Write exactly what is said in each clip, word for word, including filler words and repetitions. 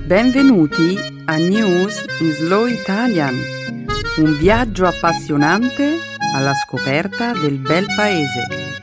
Benvenuti a News in Slow Italian, un viaggio appassionante alla scoperta del bel paese.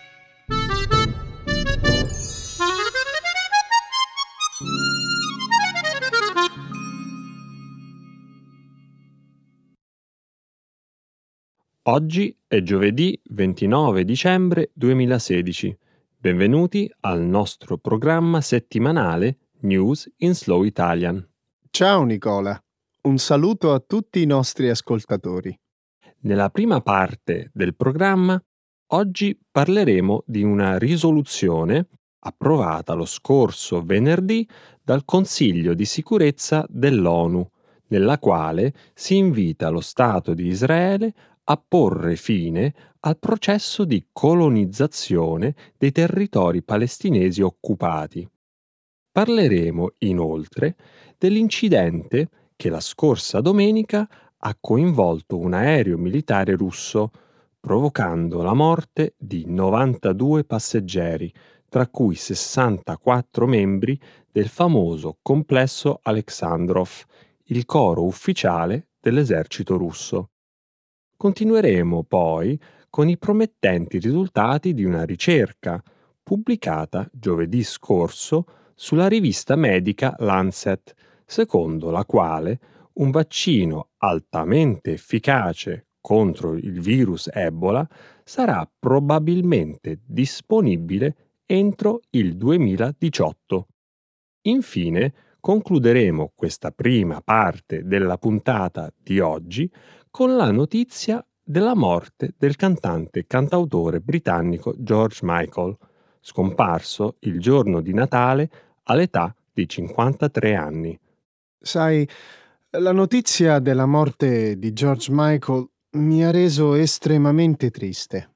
Oggi è giovedì ventinove dicembre duemilasedici. Benvenuti al nostro programma settimanale News in Slow Italian. Ciao Nicola, un saluto a tutti i nostri ascoltatori. Nella prima parte del programma, oggi parleremo di una risoluzione approvata lo scorso venerdì dal Consiglio di sicurezza dell'ONU, nella quale si invita lo Stato di Israele a porre fine al processo di colonizzazione dei territori palestinesi occupati. Parleremo inoltre dell'incidente che la scorsa domenica ha coinvolto un aereo militare russo, provocando la morte di novantadue passeggeri, tra cui sessantaquattro membri del famoso complesso Alexandrov, il coro ufficiale dell'esercito russo. Continueremo poi con i promettenti risultati di una ricerca pubblicata giovedì scorso sulla rivista medica Lancet, secondo la quale un vaccino altamente efficace contro il virus Ebola sarà probabilmente disponibile entro il duemiladiciotto. Infine, concluderemo questa prima parte della puntata di oggi con la notizia della morte del cantante e cantautore britannico George Michael, scomparso il giorno di Natale all'età di cinquantatré anni. Sai, la notizia della morte di George Michael mi ha reso estremamente triste.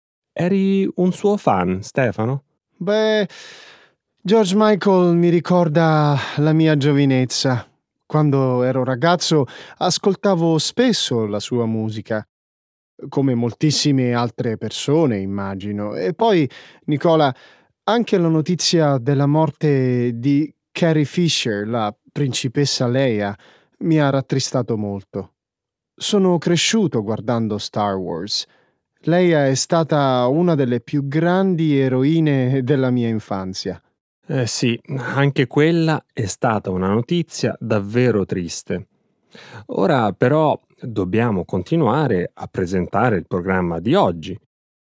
Eri un suo fan, Stefano? Beh, George Michael mi ricorda la mia giovinezza. Quando ero ragazzo ascoltavo spesso la sua musica, come moltissime altre persone, immagino. E poi, Nicola, anche la notizia della morte di Carrie Fisher, la principessa Leia, mi ha rattristato molto. Sono cresciuto guardando Star Wars. Leia è stata una delle più grandi eroine della mia infanzia. Eh sì, anche quella è stata una notizia davvero triste. Ora però dobbiamo continuare a presentare il programma di oggi.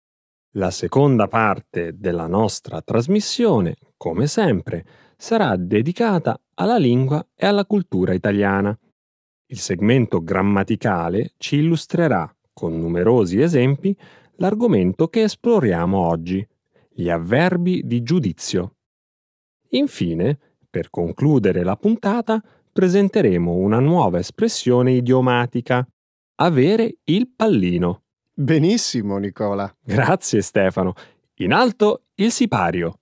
La seconda parte della nostra trasmissione, come sempre, sarà dedicata alla lingua e alla cultura italiana. Il segmento grammaticale ci illustrerà, con numerosi esempi, l'argomento che esploriamo oggi, gli avverbi di giudizio. Infine, per concludere la puntata, presenteremo una nuova espressione idiomatica, avere il pallino. Benissimo, Nicola. Grazie Stefano. In alto il sipario.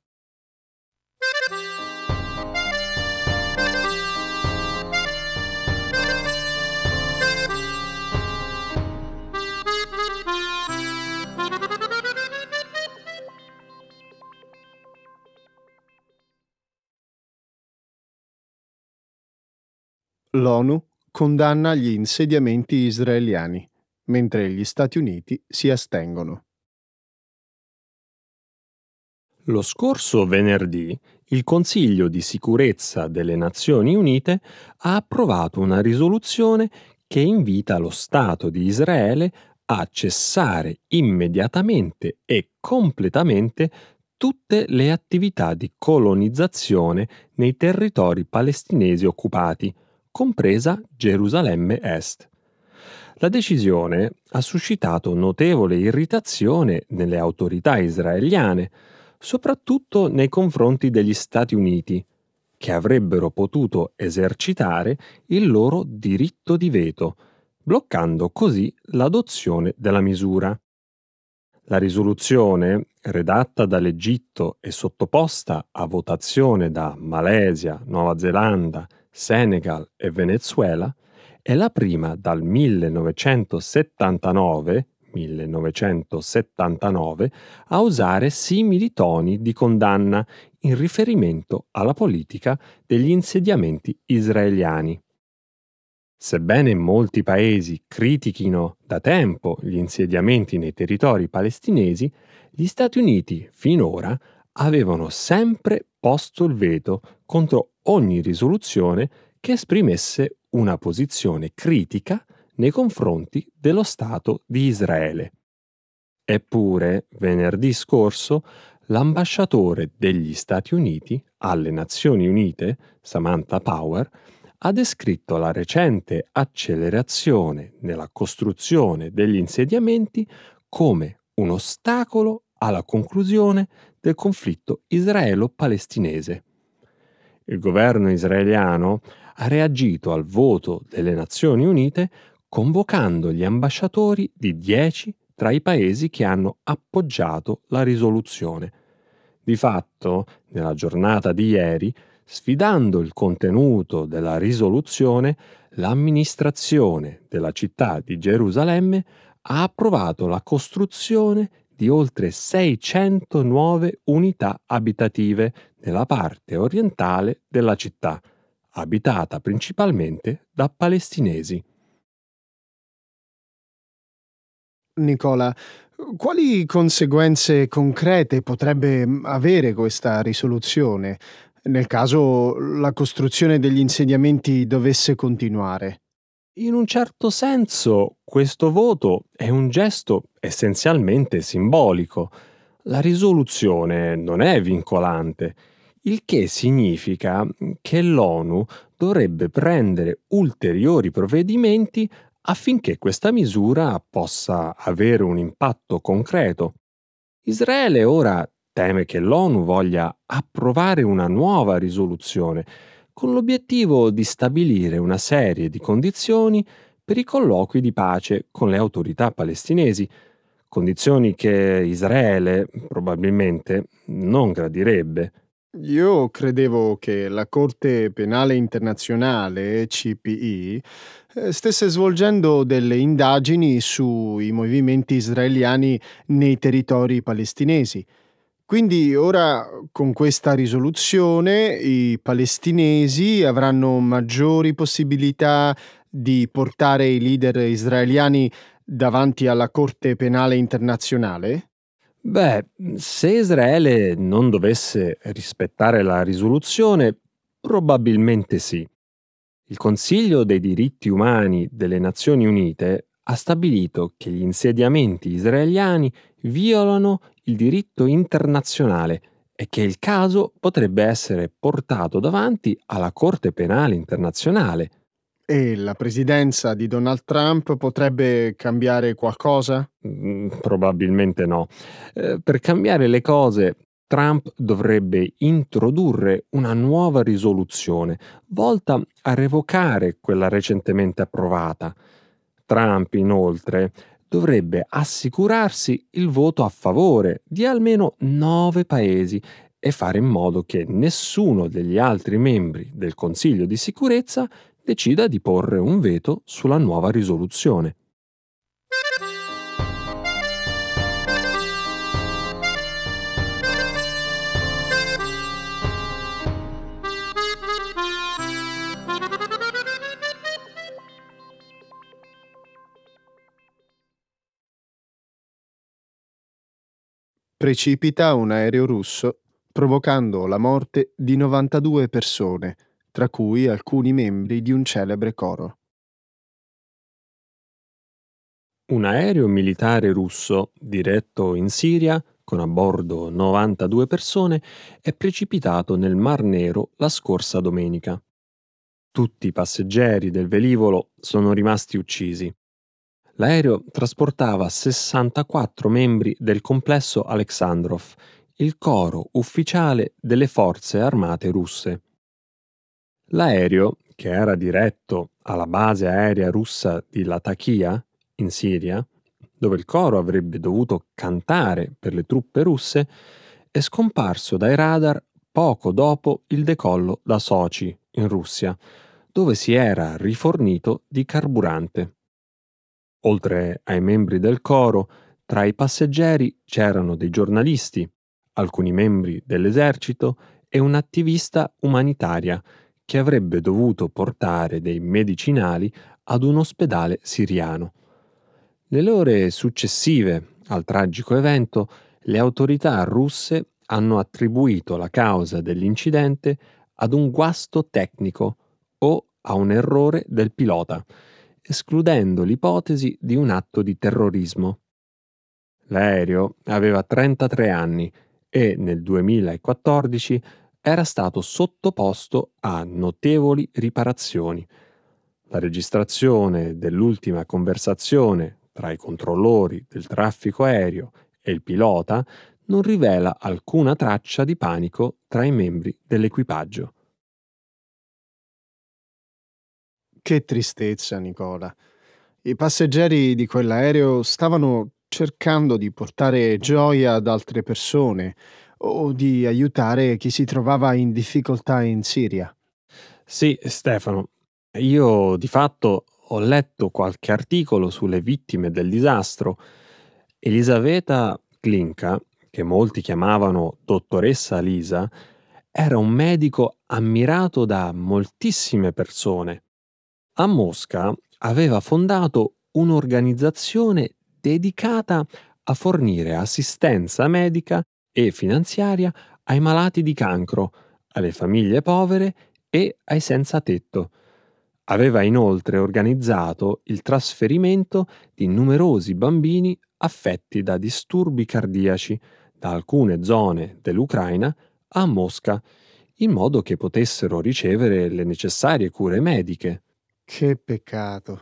L'ONU condanna gli insediamenti israeliani, mentre gli Stati Uniti si astengono. Lo scorso venerdì il Consiglio di sicurezza delle Nazioni Unite ha approvato una risoluzione che invita lo Stato di Israele a cessare immediatamente e completamente tutte le attività di colonizzazione nei territori palestinesi occupati, compresa Gerusalemme Est. La decisione ha suscitato notevole irritazione nelle autorità israeliane, soprattutto nei confronti degli Stati Uniti, che avrebbero potuto esercitare il loro diritto di veto, bloccando così l'adozione della misura. La risoluzione, redatta dall'Egitto e sottoposta a votazione da Malesia, Nuova Zelanda, Senegal e Venezuela, è la prima dal millenovecentosettantanove, millenovecentosettantanove a usare simili toni di condanna in riferimento alla politica degli insediamenti israeliani. Sebbene molti paesi critichino da tempo gli insediamenti nei territori palestinesi, gli Stati Uniti finora avevano sempre posto il veto contro ogni risoluzione che esprimesse una posizione critica nei confronti dello Stato di Israele. Eppure, venerdì scorso, l'ambasciatore degli Stati Uniti alle Nazioni Unite, Samantha Power, ha descritto la recente accelerazione nella costruzione degli insediamenti come un ostacolo alla conclusione del conflitto israelo-palestinese. Il governo israeliano ha reagito al voto delle Nazioni Unite convocando gli ambasciatori di dieci tra i paesi che hanno appoggiato la risoluzione. Di fatto, nella giornata di ieri, sfidando il contenuto della risoluzione, l'amministrazione della città di Gerusalemme ha approvato la costruzione di oltre seicento nuove unità abitative nella parte orientale della città, abitata principalmente da palestinesi. Nicola, quali conseguenze concrete potrebbe avere questa risoluzione nel caso la costruzione degli insediamenti dovesse continuare? In un certo senso, questo voto è un gesto essenzialmente simbolico. La risoluzione non è vincolante, il che significa che l'ONU dovrebbe prendere ulteriori provvedimenti affinché questa misura possa avere un impatto concreto. Israele ora teme che l'ONU voglia approvare una nuova risoluzione con l'obiettivo di stabilire una serie di condizioni per i colloqui di pace con le autorità palestinesi, condizioni che Israele probabilmente non gradirebbe. Io credevo che la Corte Penale Internazionale, C P I, eh, stesse svolgendo delle indagini sui movimenti israeliani nei territori palestinesi. Quindi ora, con questa risoluzione, i palestinesi avranno maggiori possibilità di portare i leader israeliani davanti alla Corte Penale Internazionale? Beh, se Israele non dovesse rispettare la risoluzione, probabilmente sì. Il Consiglio dei diritti umani delle Nazioni Unite ha stabilito che gli insediamenti israeliani violano il diritto internazionale e che il caso potrebbe essere portato davanti alla Corte Penale Internazionale. E la presidenza di Donald Trump potrebbe cambiare qualcosa? Mm, probabilmente no. Eh, per cambiare le cose, Trump dovrebbe introdurre una nuova risoluzione volta a revocare quella recentemente approvata. Trump, inoltre, dovrebbe assicurarsi il voto a favore di almeno nove paesi e fare in modo che nessuno degli altri membri del Consiglio di sicurezza decida di porre un veto sulla nuova risoluzione. Precipita un aereo russo provocando la morte di novantadue persone, tra cui alcuni membri di un celebre coro. Un aereo militare russo diretto in Siria, con a bordo novantadue persone, è precipitato nel Mar Nero la scorsa domenica. Tutti i passeggeri del velivolo sono rimasti uccisi. L'aereo trasportava sessantaquattro membri del complesso Alexandrov, il coro ufficiale delle forze armate russe. L'aereo, che era diretto alla base aerea russa di Latakia, in Siria, dove il coro avrebbe dovuto cantare per le truppe russe, è scomparso dai radar poco dopo il decollo da Sochi, in Russia, dove si era rifornito di carburante. Oltre ai membri del coro, tra i passeggeri c'erano dei giornalisti, alcuni membri dell'esercito e un'attivista umanitaria che avrebbe dovuto portare dei medicinali ad un ospedale siriano. Nelle ore successive al tragico evento, le autorità russe hanno attribuito la causa dell'incidente ad un guasto tecnico o a un errore del pilota, escludendo l'ipotesi di un atto di terrorismo. L'aereo aveva trentatré anni e nel duemilaquattordici era stato sottoposto a notevoli riparazioni. La registrazione dell'ultima conversazione tra i controllori del traffico aereo e il pilota non rivela alcuna traccia di panico tra i membri dell'equipaggio. Che tristezza, Nicola. I passeggeri di quell'aereo stavano cercando di portare gioia ad altre persone o di aiutare chi si trovava in difficoltà in Siria. Sì, Stefano, io di fatto ho letto qualche articolo sulle vittime del disastro. Elisaveta Glinka, che molti chiamavano dottoressa Lisa, era un medico ammirato da moltissime persone. A Mosca aveva fondato un'organizzazione dedicata a fornire assistenza medica e finanziaria ai malati di cancro, alle famiglie povere e ai senza tetto. Aveva inoltre organizzato il trasferimento di numerosi bambini affetti da disturbi cardiaci da alcune zone dell'Ucraina a Mosca, in modo che potessero ricevere le necessarie cure mediche. Che peccato.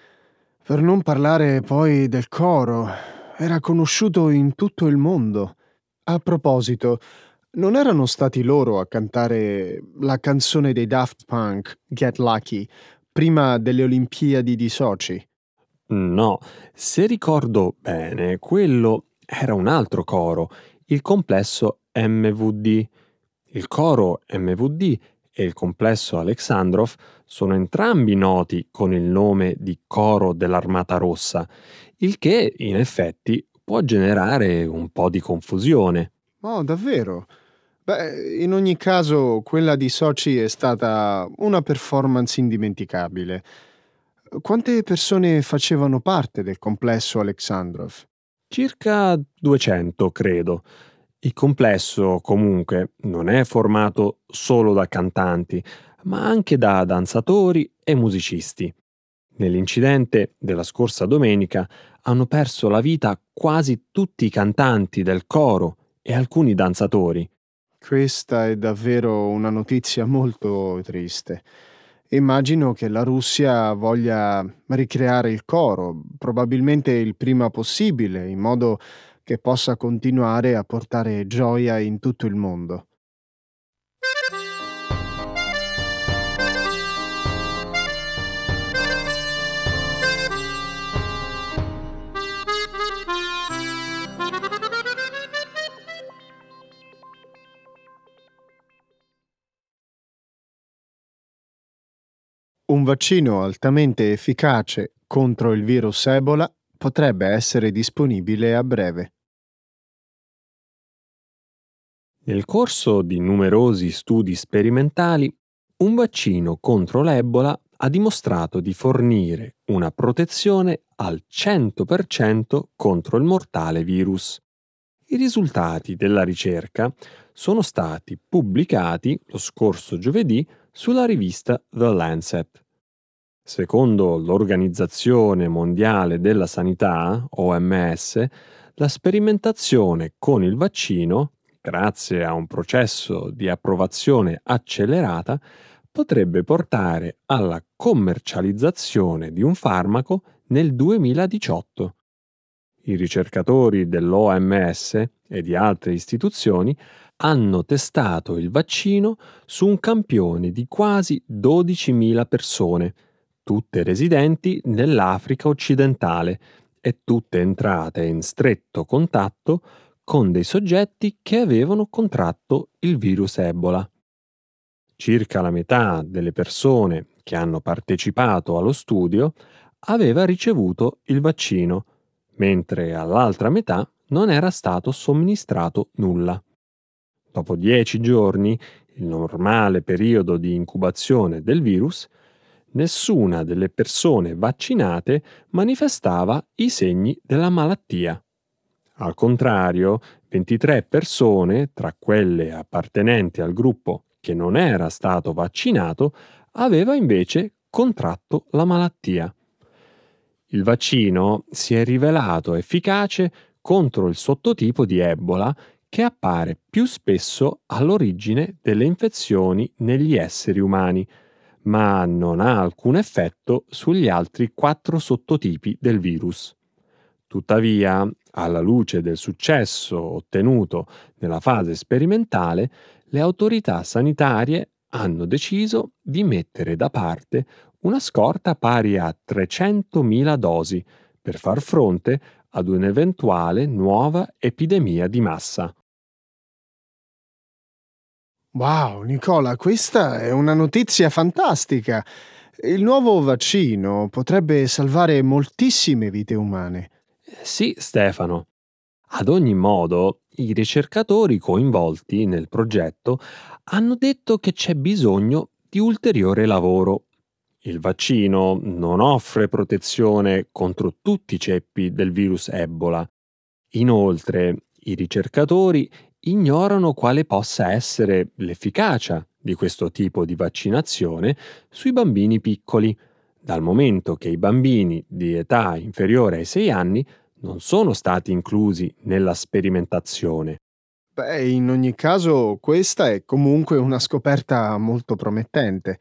Per non parlare poi del coro. Era conosciuto in tutto il mondo. A proposito, non erano stati loro a cantare la canzone dei Daft Punk, Get Lucky, prima delle Olimpiadi di Sochi? No, se ricordo bene, quello era un altro coro, il complesso M V D. Il coro M V D e il complesso Alexandrov sono entrambi noti con il nome di Coro dell'Armata Rossa, il che in effetti può generare un po' di confusione. Oh, davvero? Beh, in ogni caso, quella di Sochi è stata una performance indimenticabile. Quante persone facevano parte del complesso Alexandrov? Circa duecento, credo. Il complesso, comunque, non è formato solo da cantanti, ma anche da danzatori e musicisti. Nell'incidente della scorsa domenica hanno perso la vita quasi tutti i cantanti del coro e alcuni danzatori. Questa è davvero una notizia molto triste. Immagino che la Russia voglia ricreare il coro, probabilmente il prima possibile, in modo che possa continuare a portare gioia in tutto il mondo. Un vaccino altamente efficace contro il virus Ebola potrebbe essere disponibile a breve. Nel corso di numerosi studi sperimentali, un vaccino contro l'Ebola ha dimostrato di fornire una protezione al cento per cento contro il mortale virus. I risultati della ricerca sono stati pubblicati lo scorso giovedì sulla rivista The Lancet. Secondo l'Organizzazione Mondiale della Sanità, O M S, la sperimentazione con il vaccino, grazie a un processo di approvazione accelerata, potrebbe portare alla commercializzazione di un farmaco nel duemiladiciotto. I ricercatori dell'O M S e di altre istituzioni hanno testato il vaccino su un campione di quasi dodicimila persone, tutte residenti nell'Africa occidentale e tutte entrate in stretto contatto con dei soggetti che avevano contratto il virus Ebola. Circa la metà delle persone che hanno partecipato allo studio aveva ricevuto il vaccino, mentre all'altra metà non era stato somministrato nulla. Dopo dieci giorni, il normale periodo di incubazione del virus, nessuna delle persone vaccinate manifestava i segni della malattia. Al contrario, ventitré persone, tra quelle appartenenti al gruppo che non era stato vaccinato, aveva invece contratto la malattia. Il vaccino si è rivelato efficace contro il sottotipo di Ebola che appare più spesso all'origine delle infezioni negli esseri umani, ma non ha alcun effetto sugli altri quattro sottotipi del virus. Tuttavia, alla luce del successo ottenuto nella fase sperimentale, le autorità sanitarie hanno deciso di mettere da parte una scorta pari a trecentomila dosi per far fronte ad un'eventuale nuova epidemia di massa. Wow, Nicola, questa è una notizia fantastica. Il nuovo vaccino potrebbe salvare moltissime vite umane. Sì, Stefano. Ad ogni modo, i ricercatori coinvolti nel progetto hanno detto che c'è bisogno di ulteriore lavoro. Il vaccino non offre protezione contro tutti i ceppi del virus Ebola. Inoltre, i ricercatori ignorano quale possa essere l'efficacia di questo tipo di vaccinazione sui bambini piccoli, dal momento che i bambini di età inferiore ai sei anni non sono stati inclusi nella sperimentazione. Beh, in ogni caso, questa è comunque una scoperta molto promettente.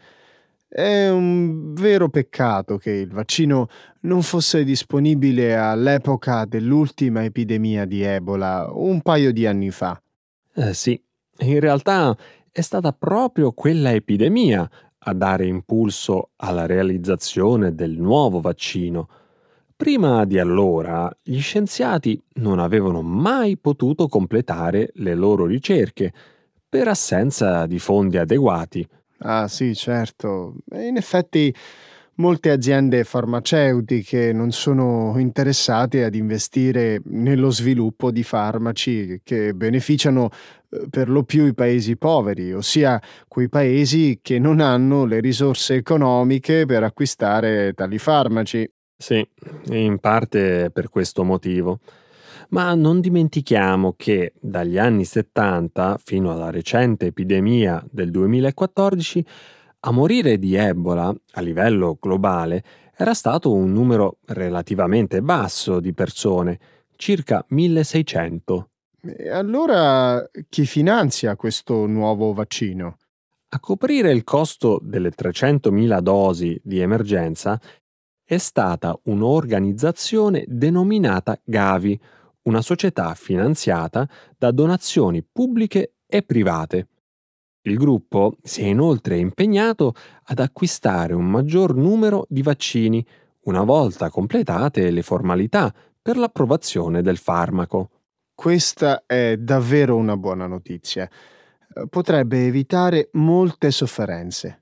È un vero peccato che il vaccino non fosse disponibile all'epoca dell'ultima epidemia di Ebola, un paio di anni fa. Eh sì, in realtà è stata proprio quella epidemia a dare impulso alla realizzazione del nuovo vaccino. Prima di allora, gli scienziati non avevano mai potuto completare le loro ricerche per assenza di fondi adeguati. Ah sì, certo. E in effetti molte aziende farmaceutiche non sono interessate ad investire nello sviluppo di farmaci che beneficiano eh, per lo più i paesi poveri, ossia quei paesi che non hanno le risorse economiche per acquistare tali farmaci. Sì, in parte per questo motivo. Ma non dimentichiamo che dagli anni settanta fino alla recente epidemia del duemilaquattordici, a morire di Ebola a livello globale era stato un numero relativamente basso di persone, circa milleseicento. E allora chi finanzia questo nuovo vaccino? A coprire il costo delle trecentomila dosi di emergenza è stata un'organizzazione denominata Gavi, una società finanziata da donazioni pubbliche e private. Il gruppo si è inoltre impegnato ad acquistare un maggior numero di vaccini, una volta completate le formalità per l'approvazione del farmaco. Questa è davvero una buona notizia. Eh, Potrebbe evitare molte sofferenze.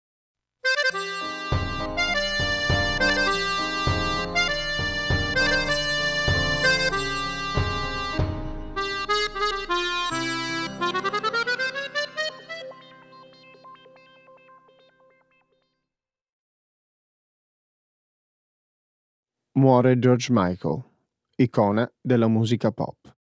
Muore George Michael, icona della musica pop.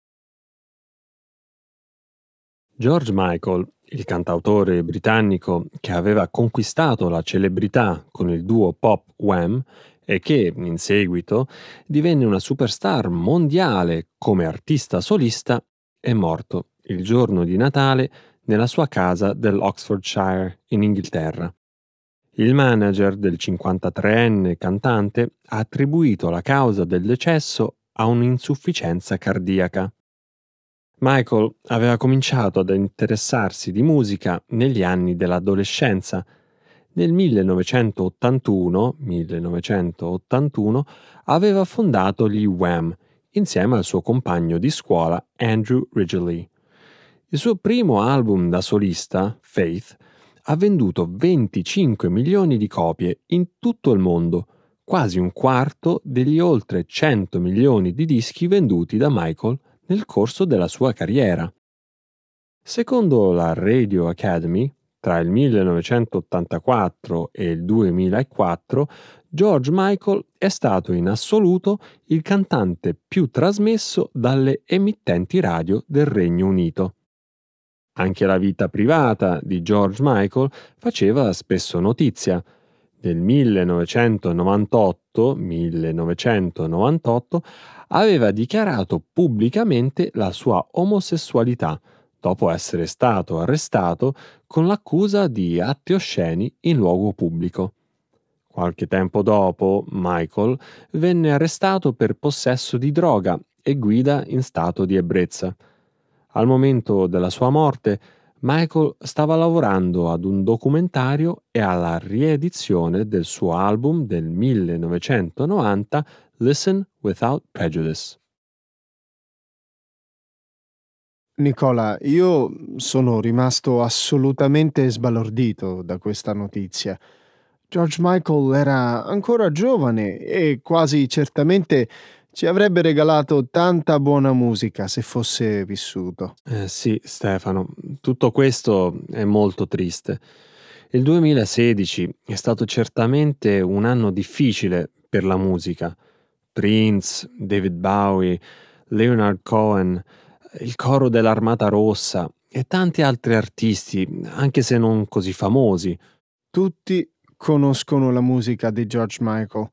George Michael, il cantautore britannico che aveva conquistato la celebrità con il duo pop Wham e che, in seguito, divenne una superstar mondiale come artista solista, è morto il giorno di Natale nella sua casa dell'Oxfordshire in Inghilterra. Il manager del cinquantatreenne cantante ha attribuito la causa del decesso a un'insufficienza cardiaca. Michael aveva cominciato ad interessarsi di musica negli anni dell'adolescenza. Nel millenovecentottantuno, millenovecentottantuno aveva fondato gli Wham insieme al suo compagno di scuola Andrew Ridgeley. Il suo primo album da solista, Faith, ha venduto venticinque milioni di copie in tutto il mondo, quasi un quarto degli oltre cento milioni di dischi venduti da Michael nel corso della sua carriera. Secondo la Radio Academy, tra il millenovecentottantaquattro e il duemilaquattro, George Michael è stato in assoluto il cantante più trasmesso dalle emittenti radio del Regno Unito. Anche la vita privata di George Michael faceva spesso notizia. Nel millenovecentonovantotto millenovecentonovantotto aveva dichiarato pubblicamente la sua omosessualità, dopo essere stato arrestato con l'accusa di atti osceni in luogo pubblico. Qualche tempo dopo, Michael venne arrestato per possesso di droga e guida in stato di ebbrezza. Al momento della sua morte, Michael stava lavorando ad un documentario e alla riedizione del suo album del millenovecentonovanta Listen Without Prejudice. Nicola, io sono rimasto assolutamente sbalordito da questa notizia. George Michael era ancora giovane e quasi certamente ci avrebbe regalato tanta buona musica se fosse vissuto. Eh sì, Stefano, tutto questo è molto triste. Il duemilasedici è stato certamente un anno difficile per la musica. Prince, David Bowie, Leonard Cohen, il coro dell'Armata Rossa e tanti altri artisti, anche se non così famosi. Tutti conoscono la musica di George Michael.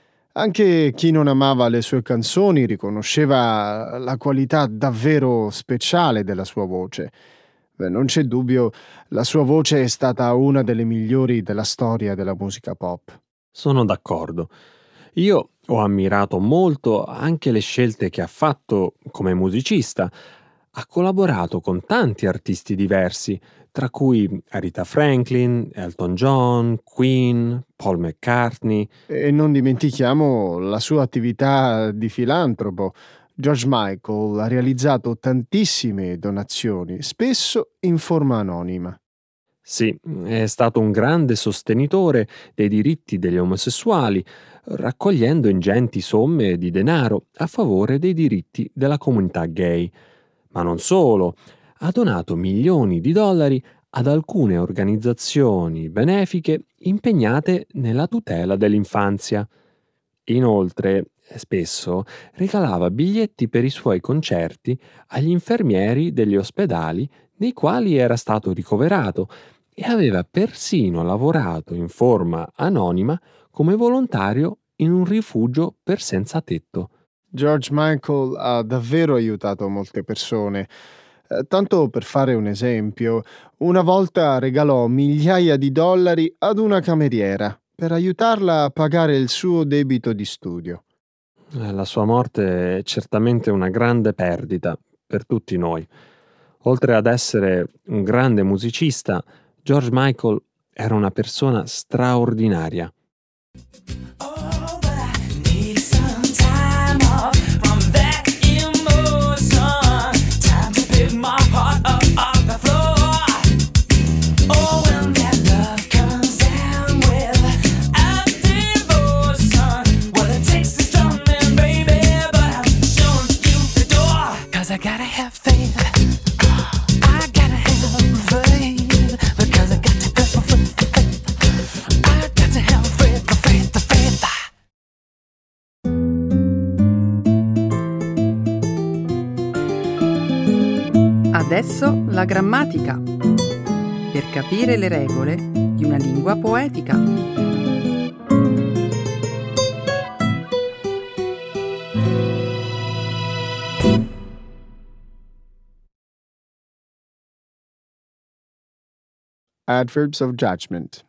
Anche chi non amava le sue canzoni riconosceva la qualità davvero speciale della sua voce. Beh, non c'è dubbio, la sua voce è stata una delle migliori della storia della musica pop. Sono d'accordo. Io ho ammirato molto anche le scelte che ha fatto come musicista. Ha collaborato con tanti artisti diversi, tra cui Aretha Franklin, Elton John, Queen, Paul McCartney. E non dimentichiamo la sua attività di filantropo. George Michael ha realizzato tantissime donazioni, spesso in forma anonima. Sì, è stato un grande sostenitore dei diritti degli omosessuali, raccogliendo ingenti somme di denaro a favore dei diritti della comunità gay. Ma non solo, ha donato milioni di dollari ad alcune organizzazioni benefiche impegnate nella tutela dell'infanzia. Inoltre, spesso regalava biglietti per i suoi concerti agli infermieri degli ospedali nei quali era stato ricoverato e aveva persino lavorato in forma anonima come volontario in un rifugio per senza tetto. George Michael ha davvero aiutato molte persone. Eh, tanto per fare un esempio, una volta regalò migliaia di dollari ad una cameriera per aiutarla a pagare il suo debito di studio. Eh, La sua morte è certamente una grande perdita per tutti noi. Oltre ad essere un grande musicista, George Michael era una persona straordinaria. Oh, but I need some time off from that emotion. Time to pick my heart up off the floor. Oh, when that love comes down without devotion. Well, it takes a strong man, baby, but I'm showing you the door. 'Cause I gotta have faith. I gotta have faith. Because I got to have faith. I got to have faith, the faith, the faith. Adesso la grammatica. Per capire le regole di una lingua poetica. Adverbs of judgment.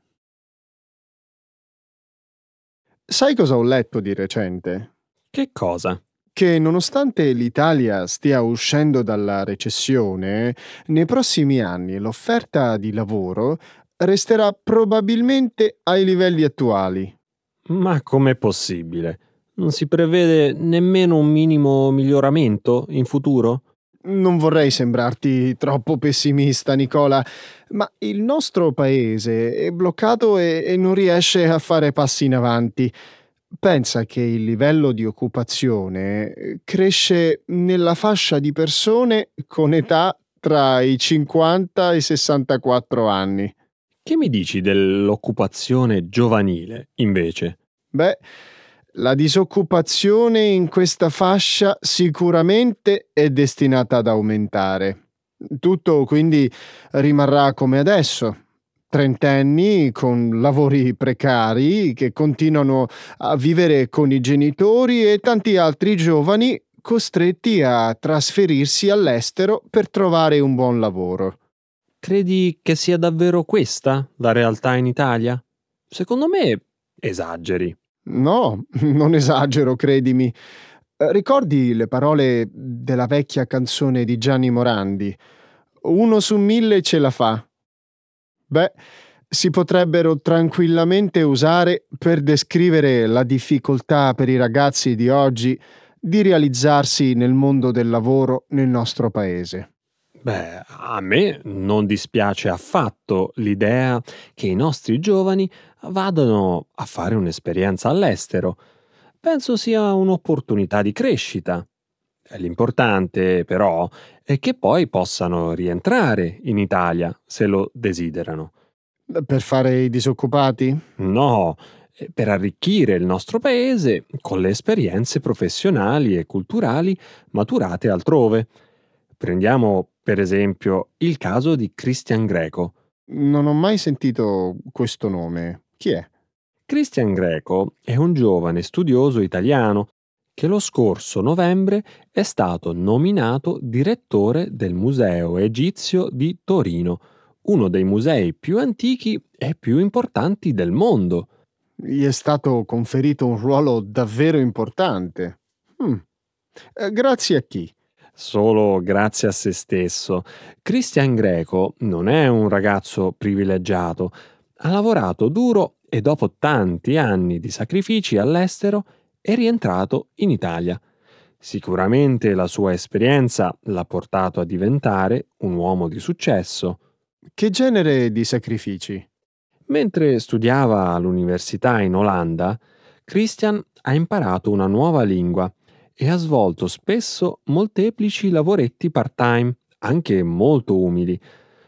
Sai cosa ho letto di recente? Che cosa? Che nonostante l'Italia stia uscendo dalla recessione, nei prossimi anni l'offerta di lavoro resterà probabilmente ai livelli attuali. Ma com'è possibile? Non si prevede nemmeno un minimo miglioramento in futuro? Non vorrei sembrarti troppo pessimista, Nicola, ma il nostro paese è bloccato e, e non riesce a fare passi in avanti. Pensa che il livello di occupazione eh, cresce nella fascia di persone con età tra i cinquanta e i sessantaquattro anni. Che mi dici dell'occupazione giovanile, invece? Beh, la disoccupazione in questa fascia sicuramente è destinata ad aumentare. Tutto quindi rimarrà come adesso. Trentenni con lavori precari che continuano a vivere con i genitori e tanti altri giovani costretti a trasferirsi all'estero per trovare un buon lavoro. Credi che sia davvero questa la realtà in Italia? Secondo me esageri. No, non esagero, credimi. Eh, Ricordi le parole della vecchia canzone di Gianni Morandi? Uno su mille ce la fa. Beh, si potrebbero tranquillamente usare per descrivere la difficoltà per i ragazzi di oggi di realizzarsi nel mondo del lavoro nel nostro paese. Beh, a me non dispiace affatto l'idea che i nostri giovani vadano a fare un'esperienza all'estero. Penso sia un'opportunità di crescita. L'importante, però, è che poi possano rientrare in Italia se lo desiderano. Per fare i disoccupati? No, eh, per arricchire il nostro paese con le esperienze professionali e culturali maturate altrove. Prendiamo per esempio il caso di Christian Greco. Non ho mai sentito questo nome. Chi è? Christian Greco è un giovane studioso italiano che lo scorso novembre è stato nominato direttore del Museo Egizio di Torino, uno dei musei più antichi e più importanti del mondo. Gli è stato conferito un ruolo davvero importante. Hmm. Eh, Grazie a chi? Solo grazie a se stesso. Christian Greco non è un ragazzo privilegiato. Ha lavorato duro e dopo tanti anni di sacrifici all'estero è rientrato in Italia. Sicuramente la sua esperienza l'ha portato a diventare un uomo di successo. Che genere di sacrifici? Mentre studiava all'università in Olanda, Christian ha imparato una nuova lingua e ha svolto spesso molteplici lavoretti part-time, anche molto umili.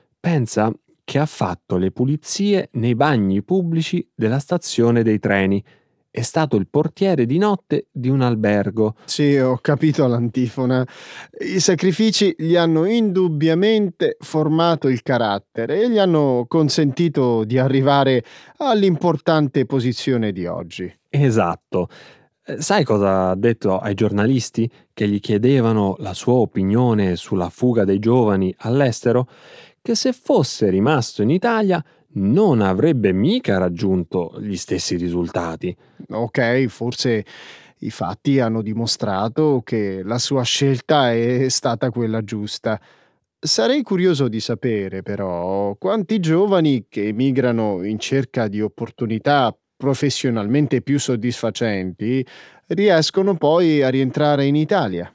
Pensa che ha fatto le pulizie nei bagni pubblici della stazione dei treni. È stato il portiere di notte di un albergo. Sì, ho capito l'antifona. I sacrifici gli hanno indubbiamente formato il carattere e gli hanno consentito di arrivare all'importante posizione di oggi. Esatto. Eh, Sai cosa ha detto ai giornalisti che gli chiedevano la sua opinione sulla fuga dei giovani all'estero? Che se fosse rimasto in Italia non avrebbe mica raggiunto gli stessi risultati. Ok, forse i fatti hanno dimostrato che la sua scelta è stata quella giusta. Sarei curioso di sapere, però, quanti giovani che emigrano in cerca di opportunità professionalmente più soddisfacenti riescono poi a rientrare in Italia.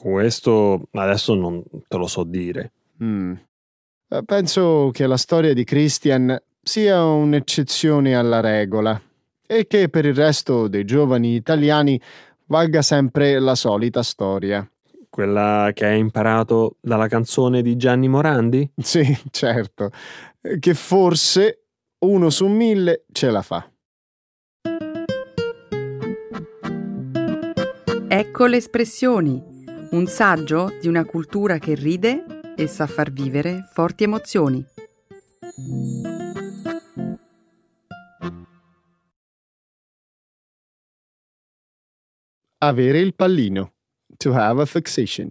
Questo adesso non te lo so dire. Mm. Eh, Penso che la storia di Christian sia un'eccezione alla regola e che per il resto dei giovani italiani valga sempre la solita storia. Quella che hai imparato dalla canzone di Gianni Morandi? Sì, certo, eh, che forse uno su mille ce la fa. Ecco le espressioni, un saggio di una cultura che ride e sa far vivere forti emozioni. Avere il pallino. To have a fixation.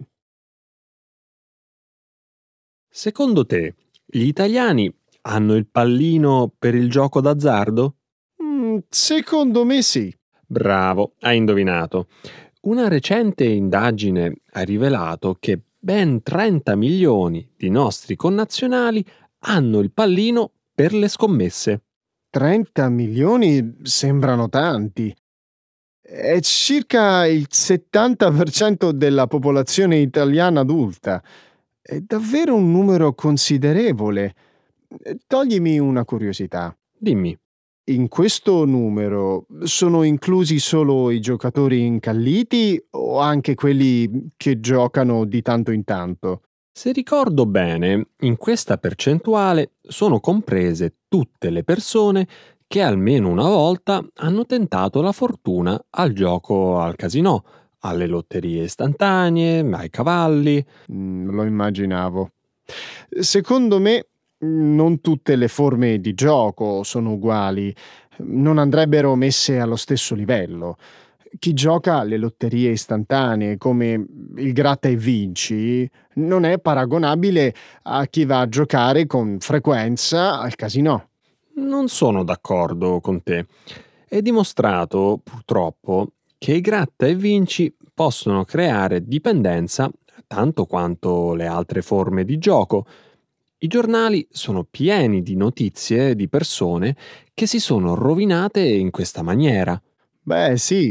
Secondo te, gli italiani hanno il pallino per il gioco d'azzardo? Mm, secondo me sì. Bravo, hai indovinato. Una recente indagine ha rivelato che ben trenta milioni di nostri connazionali hanno il pallino per le scommesse. trenta milioni sembrano tanti. È circa il settanta per cento della popolazione italiana adulta. È davvero un numero considerevole. Eh, Toglimi una curiosità. Dimmi, In questo numero sono inclusi solo i giocatori incalliti o anche quelli che giocano di tanto in tanto? Se ricordo bene, in questa percentuale sono comprese tutte le persone che almeno una volta hanno tentato la fortuna al gioco al casinò, alle lotterie istantanee, ai cavalli. Mm, lo immaginavo. Secondo me non tutte le forme di gioco sono uguali, non andrebbero messe allo stesso livello. Chi gioca alle lotterie istantanee come il gratta e vinci non è paragonabile a chi va a giocare con frequenza al casinò. Non sono d'accordo con te. È dimostrato, purtroppo, che i gratta e vinci possono creare dipendenza tanto quanto le altre forme di gioco. I giornali sono pieni di notizie di persone che si sono rovinate in questa maniera. Beh, sì,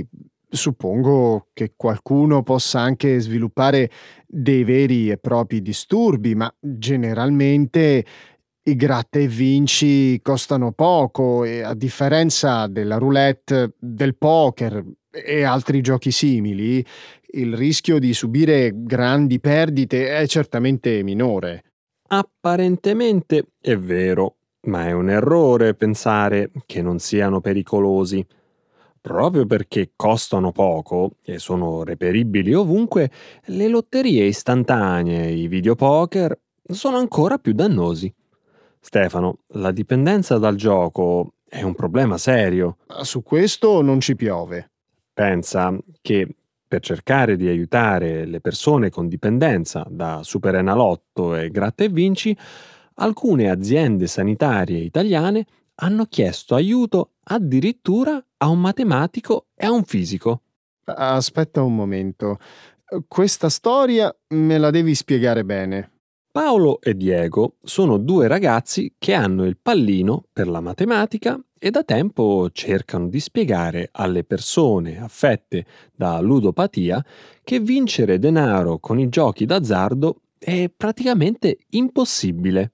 suppongo che qualcuno possa anche sviluppare dei veri e propri disturbi, ma generalmente i gratta e vinci costano poco e a differenza della roulette, del poker e altri giochi simili, il rischio di subire grandi perdite è certamente minore. Apparentemente è vero, ma è un errore pensare che non siano pericolosi. Proprio perché costano poco e sono reperibili ovunque, le lotterie istantanee e i videopoker sono ancora più dannosi. Stefano, la dipendenza dal gioco è un problema serio. Su questo non ci piove. Pensa che per cercare di aiutare le persone con dipendenza da Superenalotto e Gratta e Vinci, alcune aziende sanitarie italiane hanno chiesto aiuto addirittura a un matematico e a un fisico. Aspetta un momento. Questa storia me la devi spiegare bene. Paolo e Diego sono due ragazzi che hanno il pallino per la matematica e da tempo cercano di spiegare alle persone affette da ludopatia che vincere denaro con i giochi d'azzardo è praticamente impossibile.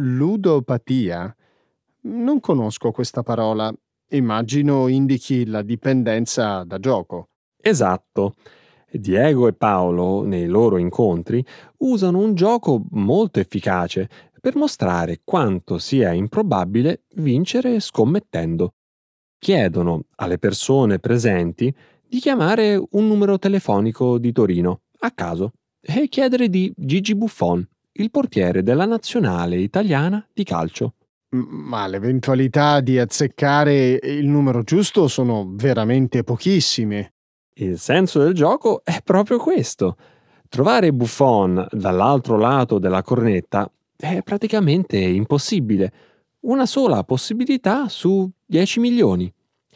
Ludopatia? Non conosco questa parola. Immagino indichi la dipendenza da gioco. Esatto. Diego e Paolo, nei loro incontri, usano un gioco molto efficace per mostrare quanto sia improbabile vincere scommettendo. Chiedono alle persone presenti di chiamare un numero telefonico di Torino, a caso, e chiedere di Gigi Buffon, il portiere della nazionale italiana di calcio. M- Ma l'eventualità di azzeccare il numero giusto sono veramente pochissime. Il senso del gioco è proprio questo. Trovare Buffon dall'altro lato della cornetta è praticamente impossibile. Una sola possibilità su dieci milioni.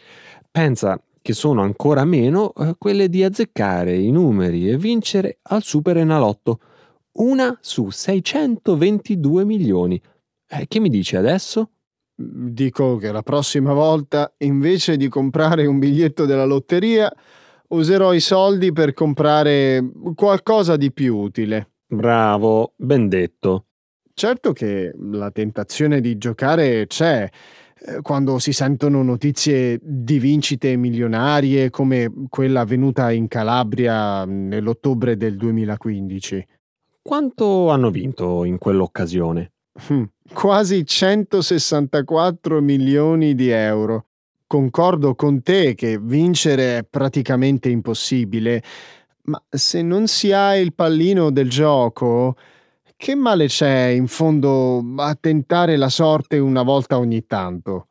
Pensa che sono ancora meno eh, quelle di azzeccare i numeri e vincere al Superenalotto. Una su seicentoventidue milioni. Eh, che mi dici adesso? Dico che la prossima volta, invece di comprare un biglietto della lotteria, userò i soldi per comprare qualcosa di più utile. Bravo, ben detto. Certo che la tentazione di giocare c'è eh, quando si sentono notizie di vincite milionarie come quella avvenuta in Calabria nell'ottobre del duemilaquindici. Quanto hanno vinto in quell'occasione? Hm, Quasi centosessantaquattro milioni di euro. Concordo con te che vincere è praticamente impossibile, ma se non si ha il pallino del gioco, che male c'è in fondo a tentare la sorte una volta ogni tanto?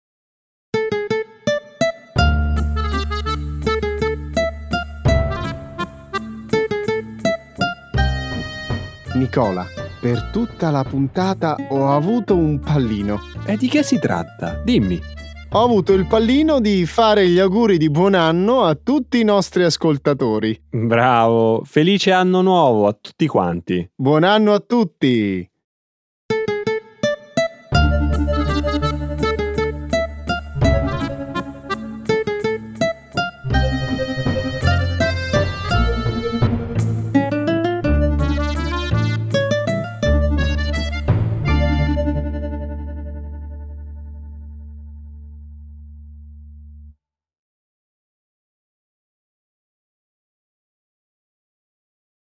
Nicola, per tutta la puntata ho avuto un pallino. E di che si tratta? Dimmi. Ho avuto il pallino di fare gli auguri di buon anno a tutti i nostri ascoltatori. Bravo, felice anno nuovo a tutti quanti. Buon anno a tutti!